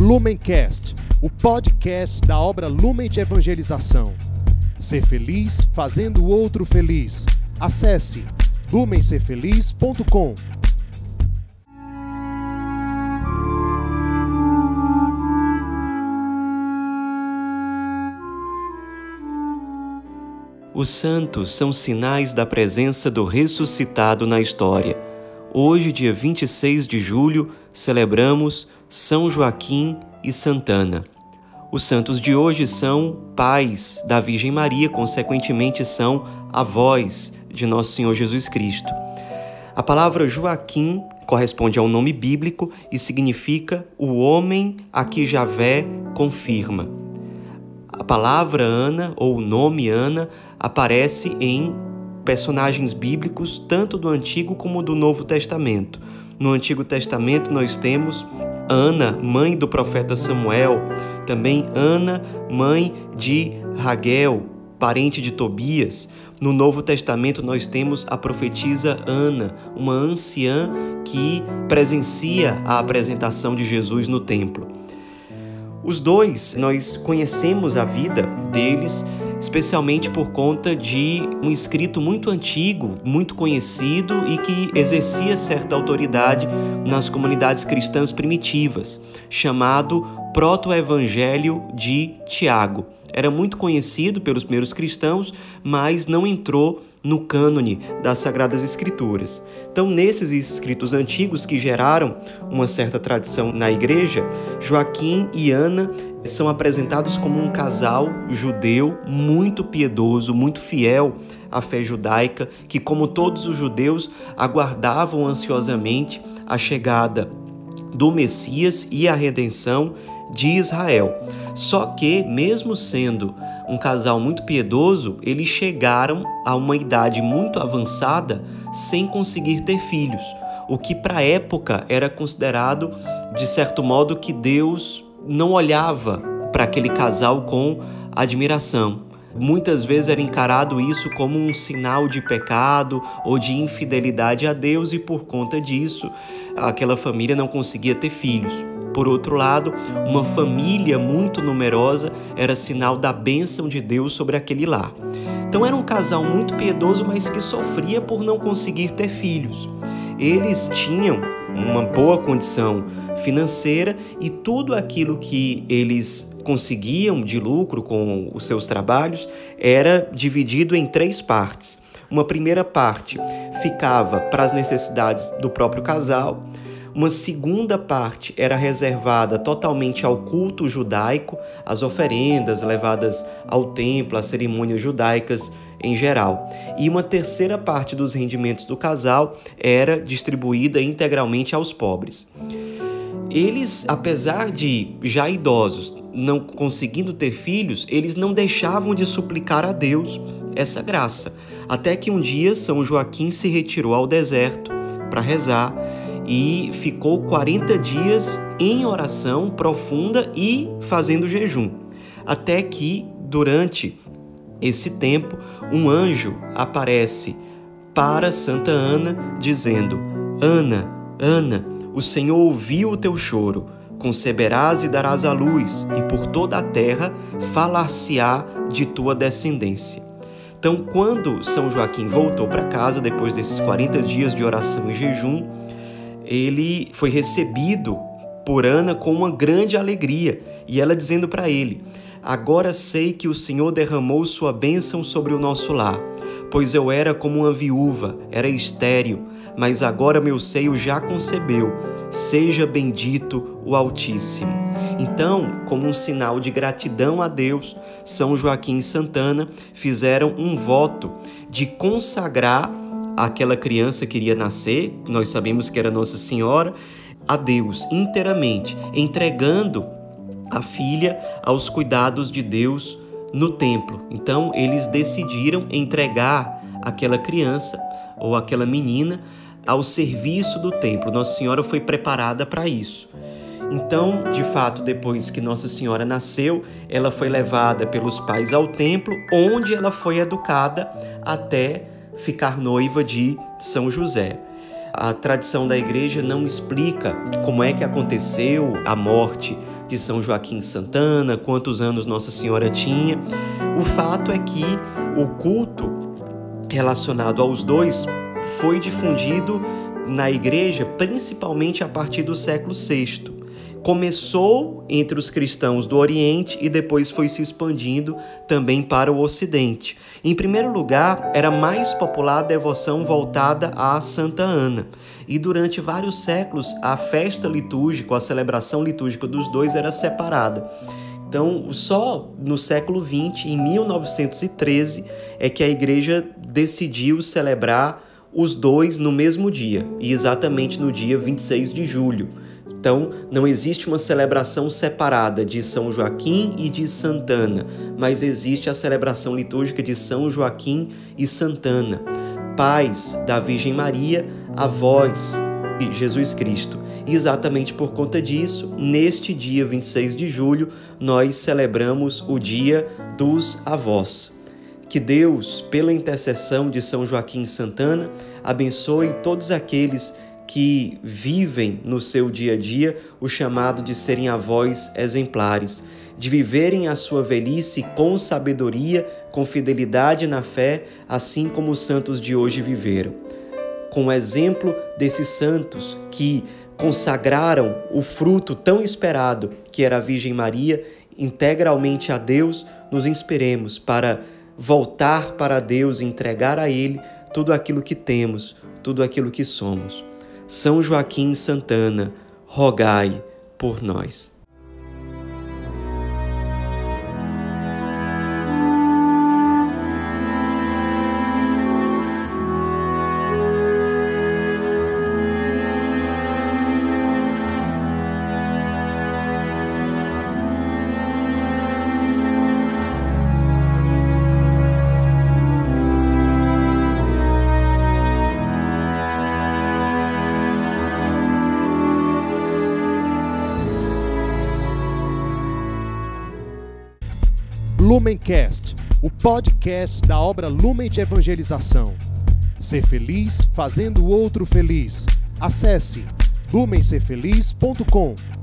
Lumencast, o podcast da obra Lumen de Evangelização. Ser feliz fazendo o outro feliz. Acesse lumencerfeliz.com. Os santos são sinais da presença do ressuscitado na história. Hoje, dia 26 de julho, celebramos São Joaquim e Santana. Os santos de hoje são pais da Virgem Maria, consequentemente são avós de Nosso Senhor Jesus Cristo. A palavra Joaquim corresponde a um nome bíblico e significa o homem a que Javé confirma. A palavra Ana, ou o nome Ana, aparece em personagens bíblicos, tanto do Antigo como do Novo Testamento. No Antigo Testamento nós temos Ana, mãe do profeta Samuel, também Ana, mãe de Raguel, parente de Tobias. No Novo Testamento nós temos a profetisa Ana, uma anciã que presencia a apresentação de Jesus no templo. Os dois, nós conhecemos a vida deles, especialmente por conta de um escrito muito antigo, muito conhecido e que exercia certa autoridade nas comunidades cristãs primitivas, chamado Proto-Evangelho de Tiago. Era muito conhecido pelos primeiros cristãos, mas não entrou no cânone das Sagradas Escrituras. Então, nesses escritos antigos que geraram uma certa tradição na igreja, Joaquim e Ana são apresentados como um casal judeu muito piedoso, muito fiel à fé judaica, que, como todos os judeus, aguardavam ansiosamente a chegada do Messias e a redenção de Israel. Só que, mesmo sendo um casal muito piedoso, eles chegaram a uma idade muito avançada sem conseguir ter filhos, o que para a época era considerado, de certo modo, que Deus não olhava para aquele casal com admiração. Muitas vezes era encarado isso como um sinal de pecado ou de infidelidade a Deus e, por conta disso, aquela família não conseguia ter filhos. Por outro lado, uma família muito numerosa era sinal da bênção de Deus sobre aquele lar. Então era um casal muito piedoso, mas que sofria por não conseguir ter filhos. Eles tinham uma boa condição financeira e tudo aquilo que eles conseguiam de lucro com os seus trabalhos era dividido em 3 partes. Uma primeira parte ficava para as necessidades do próprio casal. Uma segunda parte era reservada totalmente ao culto judaico, às oferendas levadas ao templo, às cerimônias judaicas em geral. E uma terceira parte dos rendimentos do casal era distribuída integralmente aos pobres. Eles, apesar de já idosos, não conseguindo ter filhos, eles não deixavam de suplicar a Deus essa graça. Até que um dia São Joaquim se retirou ao deserto para rezar e ficou 40 dias em oração profunda e fazendo jejum. Até que, durante esse tempo, um anjo aparece para Santa Ana, dizendo: Ana, Ana, o Senhor ouviu o teu choro, conceberás e darás à luz, e por toda a terra falar-se-á de tua descendência. Então, quando São Joaquim voltou para casa, depois desses 40 dias de oração e jejum, ele foi recebido por Ana com uma grande alegria, e ela dizendo para ele: agora sei que o Senhor derramou sua bênção sobre o nosso lar, pois eu era como uma viúva, era estéril, mas agora meu seio já concebeu. Seja bendito o Altíssimo. Então, como um sinal de gratidão a Deus, São Joaquim e Santana fizeram um voto de consagrar aquela criança que iria nascer, nós sabemos que era Nossa Senhora, a Deus inteiramente, entregando a filha aos cuidados de Deus no templo. Então, eles decidiram entregar aquela criança ou aquela menina ao serviço do templo. Nossa Senhora foi preparada para isso. Então, de fato, depois que Nossa Senhora nasceu, ela foi levada pelos pais ao templo, onde ela foi educada até ficar noiva de São José. A tradição da igreja não explica como é que aconteceu a morte de São Joaquim Santana, quantos anos Nossa Senhora tinha. O fato é que o culto relacionado aos dois foi difundido na igreja principalmente a partir do século VI. Começou entre os cristãos do Oriente e depois foi se expandindo também para o Ocidente. Em primeiro lugar, era mais popular a devoção voltada a Santa Ana. E durante vários séculos, a festa litúrgica, a celebração litúrgica dos dois era separada. Então, só no século XX, em 1913, é que a igreja decidiu celebrar os dois no mesmo dia, e exatamente no dia 26 de julho. Então, não existe uma celebração separada de São Joaquim e de Santana, mas existe a celebração litúrgica de São Joaquim e Santana, pais da Virgem Maria, avós de Jesus Cristo. E exatamente por conta disso, neste dia 26 de julho, nós celebramos o Dia dos Avós. Que Deus, pela intercessão de São Joaquim e Santana, abençoe todos aqueles que vivem no seu dia a dia o chamado de serem avós exemplares, de viverem a sua velhice com sabedoria, com fidelidade na fé, assim como os santos de hoje viveram. Com o exemplo desses santos que consagraram o fruto tão esperado, que era a Virgem Maria, integralmente a Deus, nos inspiremos para voltar para Deus e entregar a Ele tudo aquilo que temos, tudo aquilo que somos. São Joaquim e Santana, rogai por nós. Lumencast, o podcast da obra Lumen de Evangelização. Ser feliz fazendo o outro feliz. Acesse lumencerfeliz.com.